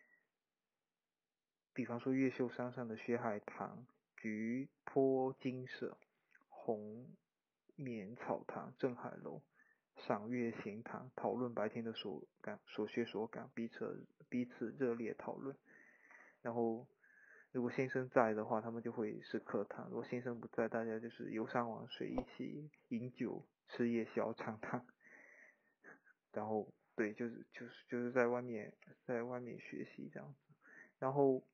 比方说越秀山上的雪海棠、菊坡精舍、红棉草堂、镇海楼、赏月闲谈，讨论白天的所学所感，彼此热烈讨论。然后如果先生在的话，他们就会是课堂；如果先生不在，大家就是游山玩水，一起饮酒、吃夜宵、畅谈。然后对，就是在外面学习这样子。然后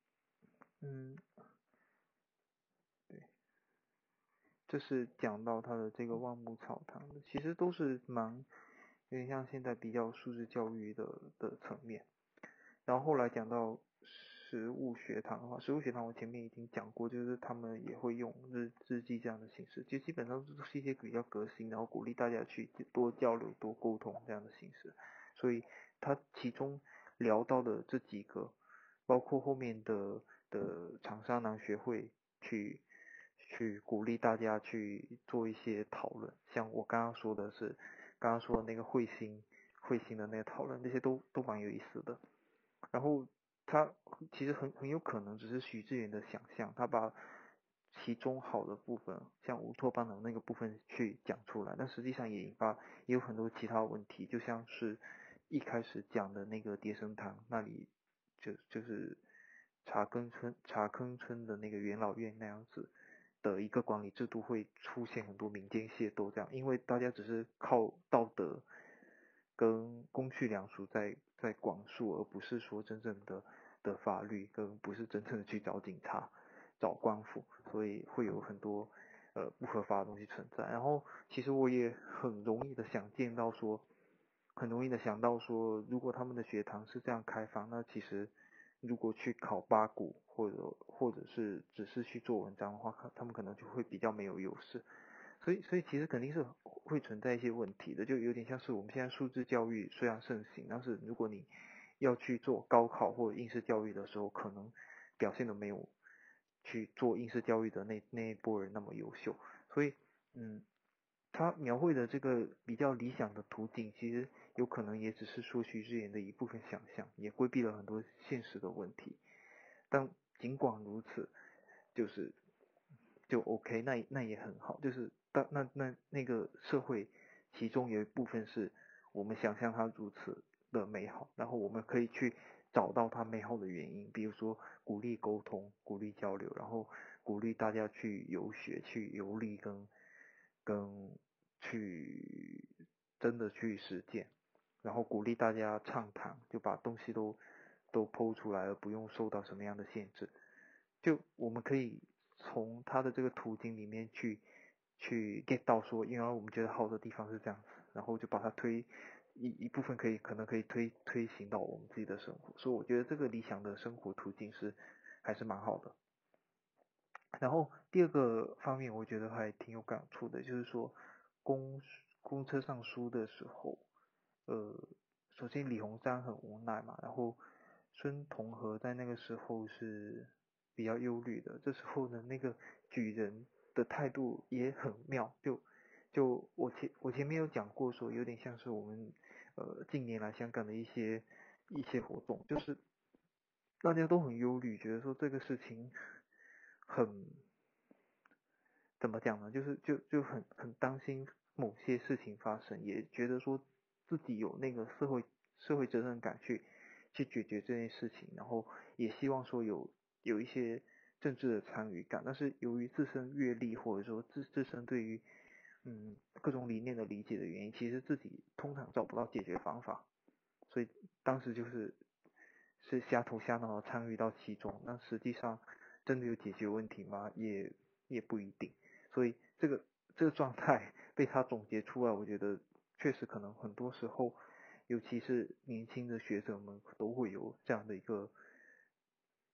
对，这是讲到他的这个万木草堂的，其实都是有点像现在比较素质教育的层面。然后后来讲到实物学堂的话，实物学堂我前面已经讲过，就是他们也会用日记这样的形式，就基本上都是一些比较革新，然后鼓励大家去多交流、多沟通这样的形式。所以他其中聊到的这几个，包括后面的长沙南学会去鼓励大家去做一些讨论，像我刚刚说的那个彗星的那个讨论，这些都蛮有意思的。然后他其实很有可能只是许志远的想象，他把其中好的部分，像乌托邦的那个部分去讲出来，但实际上也有很多其他问题，就像是一开始讲的那个叠生堂那里，就是茶坑村的那个元老院那样子的一个管理制度会出现很多民间械斗这样，因为大家只是靠道德跟公序良俗在管束，而不是说真正的法律，跟不是真正的去找警察、找官府，所以会有很多不合法的东西存在。然后其实我也很容易的想到说，如果他们的学堂是这样开放，那其实如果去考八股或者是只是去做文章的话，他们可能就会比较没有优势。所以其实肯定是会存在一些问题的，就有点像是我们现在素质教育虽然盛行，但是如果你要去做高考或者应试教育的时候，可能表现的没有去做应试教育的那一波人那么优秀。所以他描绘的这个比较理想的途径，其实有可能也只是说徐志远的一部分想象，也规避了很多现实的问题。但尽管如此，就是就 OK，那也很好，就是那个社会，其中有一部分是我们想象它如此的美好，然后我们可以去找到它美好的原因，比如说鼓励沟通、鼓励交流，然后鼓励大家去游学、去游历跟去真的去实践，然后鼓励大家畅谈，就把东西都剖出来，而不用受到什么样的限制。就我们可以从他的这个途径里面去 get 到说，因为我们觉得好的地方是这样子，然后就把它一部分可能可以推行到我们自己的生活，所以我觉得这个理想的生活途径还是蛮好的。然后第二个方面，我觉得还挺有感触的，就是说公公车上书的时候，首先李鸿章很无奈嘛，然后孙同龢在那个时候是比较忧虑的，这时候呢，那个举人的态度也很妙，就我前面有讲过说，有点像是我们近年来香港的一些活动，就是大家都很忧虑，觉得说这个事情很怎么讲呢？就很担心某些事情发生，也觉得说自己有那个社会责任感去解决这件事情，然后也希望说有一些政治的参与感，但是由于自身阅历或者说自身对于各种理念的理解的原因，其实自己通常找不到解决方法，所以当时是瞎头瞎脑的参与到其中，那实际上真的有解决问题吗？也不一定。所以这个状态被他总结出来，我觉得确实可能很多时候，尤其是年轻的学者们都会有这样的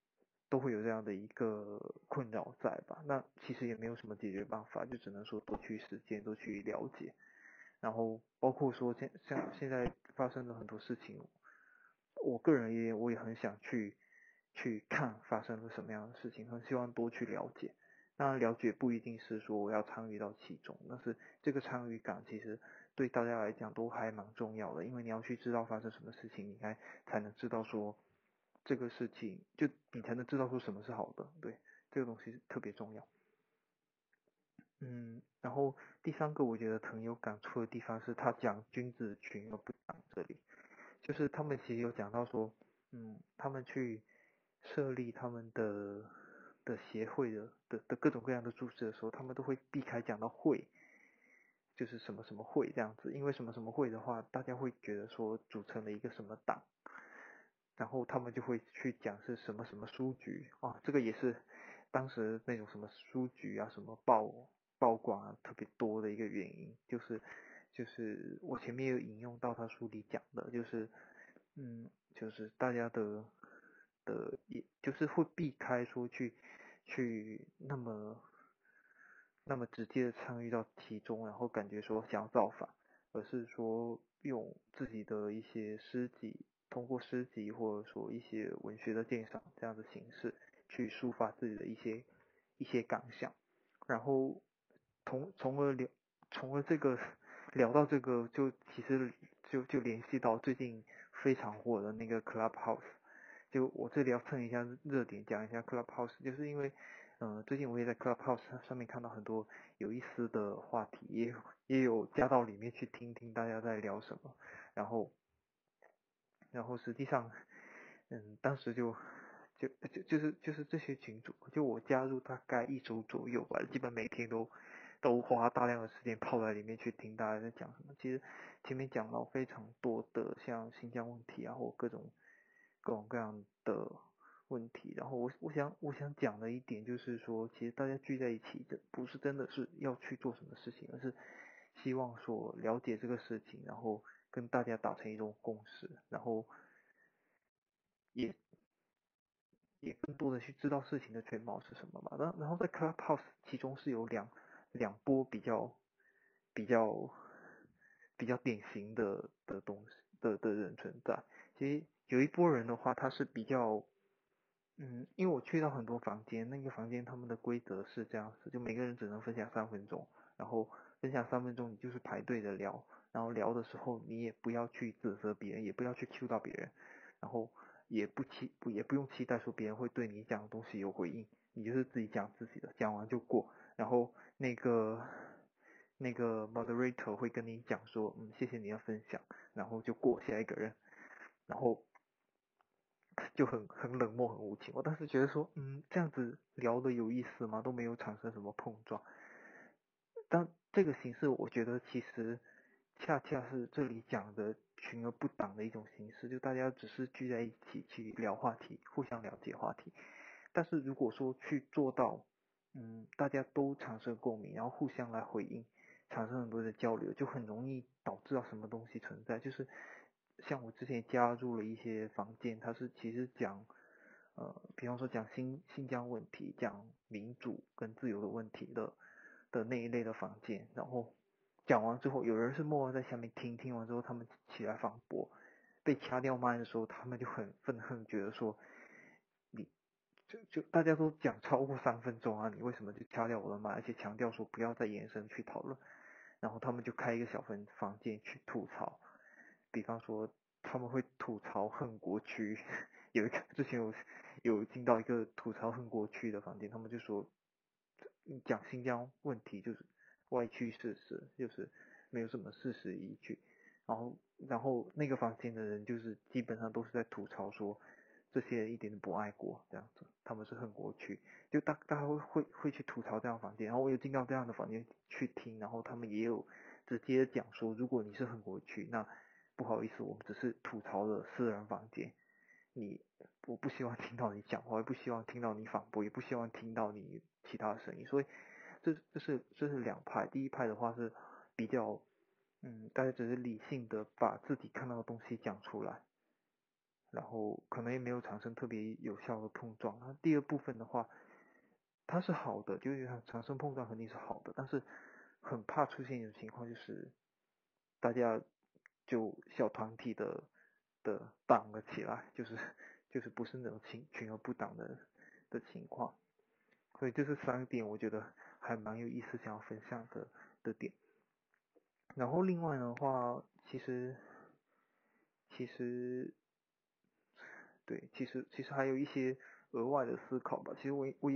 都会有这样的一个困扰在吧？那其实也没有什么解决办法，就只能说多去实践，多去了解。然后包括说像现在发生了很多事情，我个人我也很想去看发生了什么样的事情，很希望多去了解。当然了解不一定是说我要参与到其中，但是这个参与感其实对大家来讲都还蛮重要的，因为你要去知道发生什么事情，你才能知道说这个事情，就你才能知道说什么是好的，对，这个东西特别重要。然后第三个我觉得很有感触的地方是他讲君子群而不党这里，就是他们其实有讲到说，他们去设立他们的协会的各种各样的组织的时候，他们都会避开讲到会，就是什么什么会这样子，因为什么什么会的话，大家会觉得说组成了一个什么党，然后他们就会去讲是什么什么书局啊，这个也是当时那种什么书局啊，什么报馆啊特别多的一个原因，就是我前面有引用到他书里讲的，就是大家也就是会避开说去那么直接的参与到其中，然后感觉说想要造反，而是说用自己的一些诗集，通过诗集或者说一些文学的鉴赏这样的形式去抒发自己的一些感想，然后从而这个聊到这个，就其实就联系到最近非常火的那个 Clubhouse。就我这里要蹭一下热点，讲一下 Clubhouse，就是因为最近我也在 Clubhouse 上面看到很多有意思的话题，也有加到里面去听听大家在聊什么，然后实际上，当时就是这些群组，就我加入大概1周左右吧，基本每天都花大量的时间泡在里面去听大家在讲什么。其实前面讲到非常多的像新疆问题啊，或各种各样的问题。然后我想讲的一点就是说，其实大家聚在一起，这不是真的是要去做什么事情，而是希望说了解这个事情，然后跟大家达成一种共识，然后也也更多的去知道事情的全貌是什么嘛。然后在 Clubhouse 其中是有两波比较比较典型的东西的人存在。其实有一波人的话，他是比较因为我去到很多房间，那个房间他们的规则是这样子，就每个人只能分享3分钟，然后分享3分钟你就是排队的聊，然后聊的时候你也不要去指责别人，也不要去 Q 到别人，然后也不用期待说别人会对你讲的东西有回应，你就是自己讲自己的，讲完就过，然后那个 moderator 会跟你讲说，谢谢你的分享，然后就过下一个人，然后就很冷漠很无情。我当时觉得说，这样子聊的有意思吗？都没有产生什么碰撞。但这个形式，我觉得其实恰恰是这里讲的群而不党的一种形式，就大家只是聚在一起去聊话题，互相了解话题。但是如果说去做到，大家都产生共鸣，然后互相来回应，产生很多的交流，就很容易导致到什么东西存在。就是像我之前加入了一些房间，它是其实讲，比方说讲新疆问题，讲民主跟自由的问题的那一类的房间，然后讲完之后，有人是默默在下面听，听完之后他们起来反驳，被掐掉麦的时候，他们就很愤恨，觉得说你就大家都讲超过3分钟啊，你为什么就掐掉我的麦，而且强调说不要再延伸去讨论，然后他们就开一个小房间去吐槽，比方说他们会吐槽恨国区，之前有进到一个吐槽恨国区的房间，他们就说讲新疆问题就是歪曲事实，就是没有什么事实依据。然后那个房间的人就是基本上都是在吐槽说这些人一点都不爱国这样子，他们是恨国区，就大家会去吐槽这样的房间。然后我有进到这样的房间去听，然后他们也有直接讲说，如果你是恨国区，那不好意思，我们只是吐槽的私人房间，我不希望听到你讲话，也不希望听到你反驳，也不希望听到你其他的声音。所以这是两派。第一派的话是比较大家只是理性的把自己看到的东西讲出来， 然后可能也没有产生特别有效的碰撞。那第二部分的话，它是好的，就是它产生碰撞肯定是好的，但是很怕出现一种情况，就是大家就小团体的挡了起来，就是不是那种群而不党的情况。所以这是三点，我觉得还蛮有意思，想要分享的点。然后另外的话，其实对，其实还有一些额外的思考吧。其实我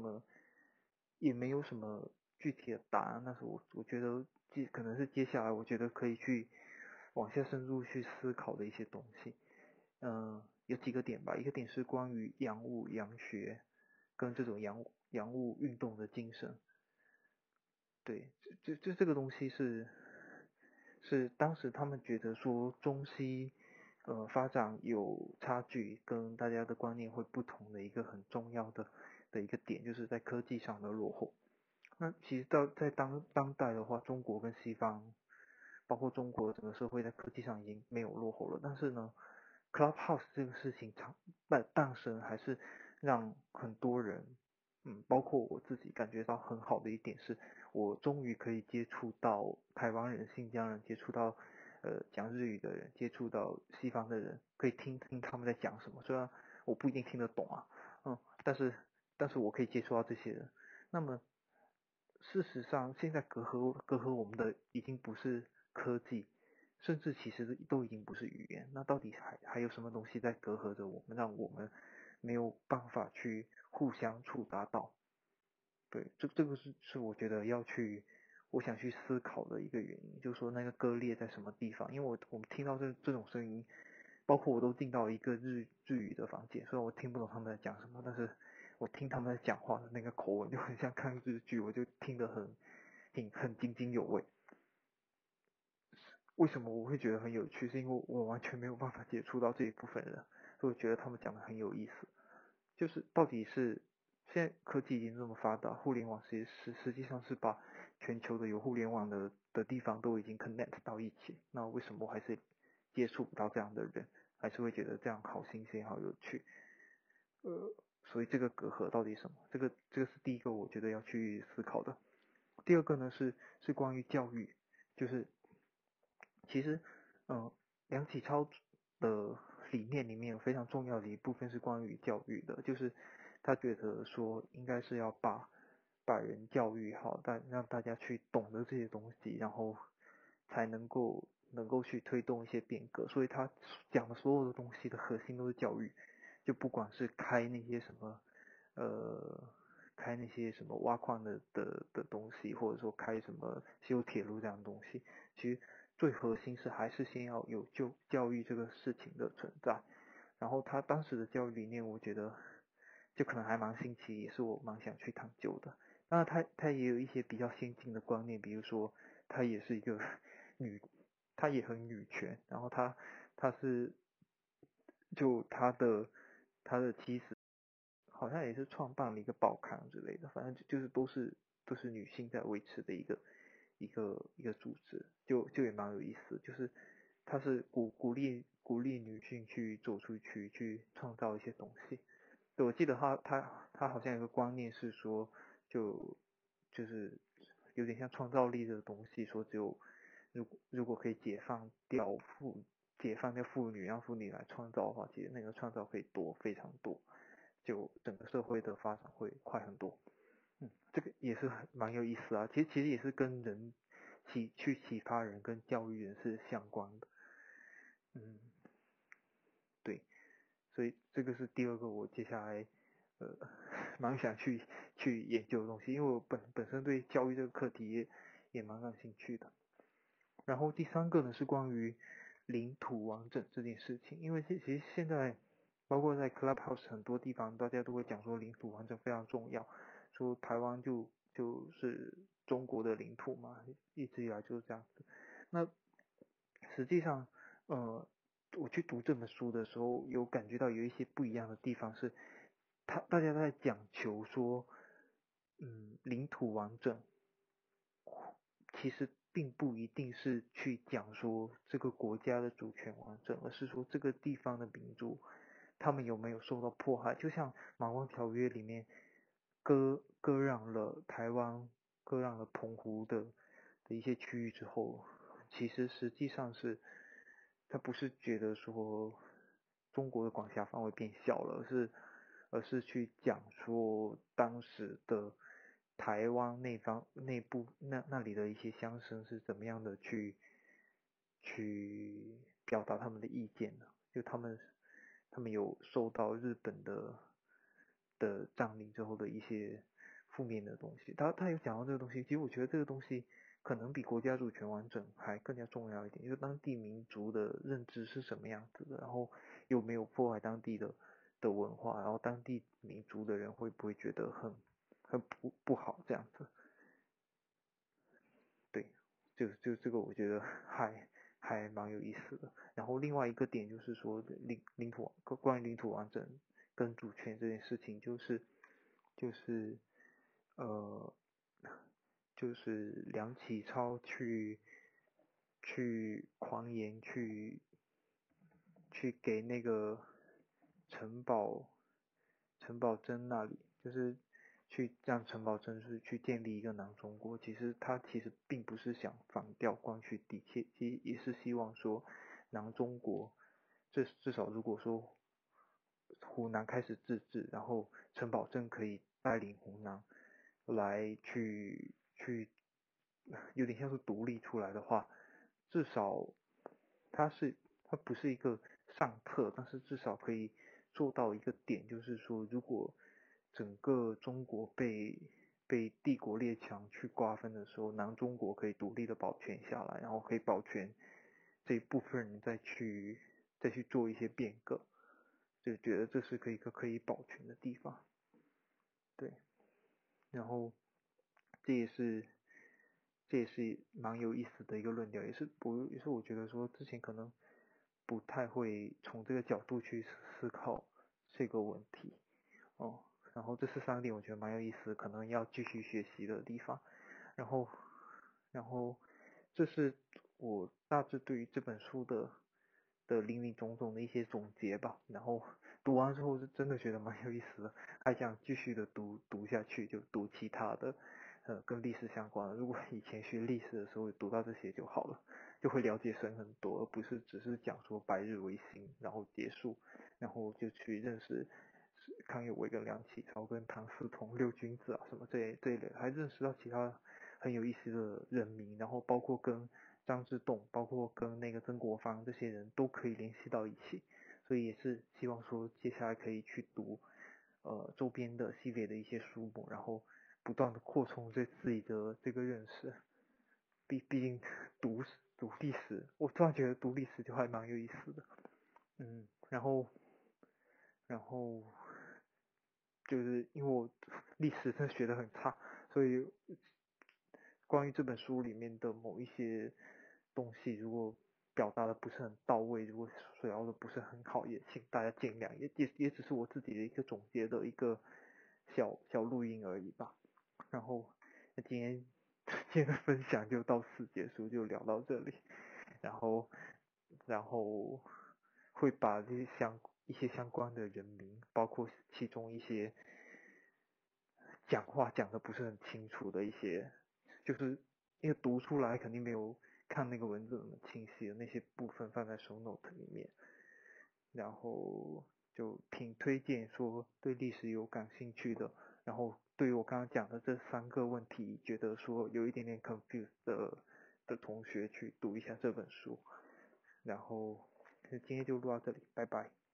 也没有什么具体的答案，但是我觉得可能是接下来我觉得可以去往下深入去思考的一些东西。有几个点吧，一个点是关于洋务、洋学跟这种洋务运动的精神。对，这个东西是当时他们觉得说中西发展有差距，跟大家的观念会不同的一个很重要的一个点，就是在科技上的落后。那其实在当代的话，中国跟西方，包括中国整个社会在科技上已经没有落后了，但是呢，Clubhouse 这个事情诞生，还是让很多人，包括我自己感觉到很好的一点是，我终于可以接触到台湾人、新疆人，接触到讲日语的人，接触到西方的人，可以听听他们在讲什么。虽然我不一定听得懂啊，但是我可以接触到这些人。那么事实上，现在隔阂我们的已经不是科技，甚至其实都已经不是语言。那到底还有什么东西在隔阂着我们，让我们没有办法去互相触达到？对，这个是我觉得我想去思考的一个原因，就是说那个割裂在什么地方？因为我们听到这种声音，包括我都进到一个日语的房间，虽然我听不懂他们在讲什么，但是我听他们在讲话的那个口吻就很像看日剧，我就听得很津津有味。为什么我会觉得很有趣？是因为我完全没有办法接触到这一部分人，所以我觉得他们讲的很有意思。就是到底是现在科技已经这么发达，互联网实际上是把全球的有互联网的地方都已经 connect 到一起，那为什么我还是接触不到这样的人，还是会觉得这样好新鲜、好有趣？所以这个隔阂到底什么？这个是第一个我觉得要去思考的。第二个呢是关于教育，就是其实梁启超的理念里面有非常重要的一部分是关于教育的，就是他觉得说应该是要把人教育好，让大家去懂得这些东西，然后才能够去推动一些变革。所以他讲的所有的东西的核心都是教育，就不管是开那些什么挖矿的东西，或者说开什么修铁路这样的东西，其实最核心还是先要有教育这个事情的存在。然后他当时的教育理念，我觉得就可能还蛮新奇，也是我蛮想去探究的。当然他也有一些比较先进的观念，比如说他也是一个女，他也很女权，然后他是就他的妻子好像也是创办了一个报刊之类的，反正就是都是女性在维持的一个组织，就也蛮有意思，就是他是鼓励女性去走出去创造一些东西。对，我记得他好像有个观念是说，就是有点像创造力的东西，说只有如果可以解放掉妇女，让妇女来创造的话，其实那个创造可以多非常多，就整个社会的发展会快很多。这个也是蛮有意思啊，其实也是跟人去启发人跟教育人是相关的。嗯，对，所以这个是第二个我接下来呃蛮想去研究的东西，因为我本身对教育这个课题也蛮感兴趣的。然后第三个呢是关于领土完整这件事情，因为其实现在包括在 Clubhouse 很多地方，大家都会讲说领土完整非常重要，说台湾就是中国的领土嘛，一直以来就是这样子。那实际上，我去读这本书的时候，有感觉到有一些不一样的地方是，大家在讲求说，领土完整，其实并不一定是去讲说这个国家的主权完整，而是说这个地方的民族他们有没有受到迫害。就像马关条约里面割让了台湾、割让了澎湖的一些区域之后，其实实际上是他不是觉得说中国的管辖范围变小了，而是去讲说当时的台湾内部那里的一些乡绅是怎么样的去表达他们的意见呢？就他们有受到日本的占领之后的一些负面的东西。他有讲到这个东西，其实我觉得这个东西可能比国家主权完整还更加重要一点，就是当地民族的认知是什么样子的，然后有没有破坏当地的文化，然后当地民族的人会不会觉得很不好这样子。对，就这个我觉得还蛮有意思的。然后另外一个点就是说关于领土完整跟主权这件事情，就是呃就是梁启超去狂言去给那个陈宝珍那里，就是去让陈宝珍是去建立一个南中国。其实并不是想反调光绪帝，其实也是希望说南中国，至少如果说湖南开始自治，然后陈宝珍可以带领湖南来去有点像是独立出来的话，至少它是它不是一个上策，但是至少可以做到一个点，就是说如果整个中国被帝国列强去瓜分的时候，南中国可以独立的保全下来，然后可以保全这一部分人再去做一些变革，就觉得这是可以保全的地方。对，然后这也是蛮有意思的一个论调，也是我觉得说之前可能不太会从这个角度去思考这个问题哦。然后这是3点我觉得蛮有意思，可能要继续学习的地方。然后然后这是我大致对于这本书的林林总总的一些总结吧。然后读完之后是真的觉得蛮有意思的，还想继续的读下去，就读其他的跟历史相关的。如果以前学历史的时候读到这些就好了，就会了解深很多，而不是只是讲说百日维新然后结束，然后就去认识康有为跟梁启超跟唐嗣同六君子啊什么这一类，还认识到其他很有意思的人名，然后包括跟张之洞，包括跟那个曾国藩这些人都可以联系到一起，所以也是希望说接下来可以去读周边的系列的一些书目，然后不断的扩充对自己的这个认识。毕竟读历史，我突然觉得读历史就还蛮有意思的。然后就是因为我历史真的学得很差，所以关于这本书里面的某一些东西，如果表达的不是很到位，如果说聊的不是很好，也请大家见谅，也只是我自己的一个总结的一个小录音而已吧。然后今天的分享就到此结束，就聊到这里。然后会把一些相关的人名，包括其中一些讲话讲的不是很清楚的一些，就是因为读出来肯定没有看那个文字那么清晰的那些部分放在 show note 里面，然后就挺推荐说对历史有感兴趣的，然后对于我刚刚讲的这3个问题觉得说有一点点 confused 的同学去读一下这本书。然后今天就录到这里，拜拜。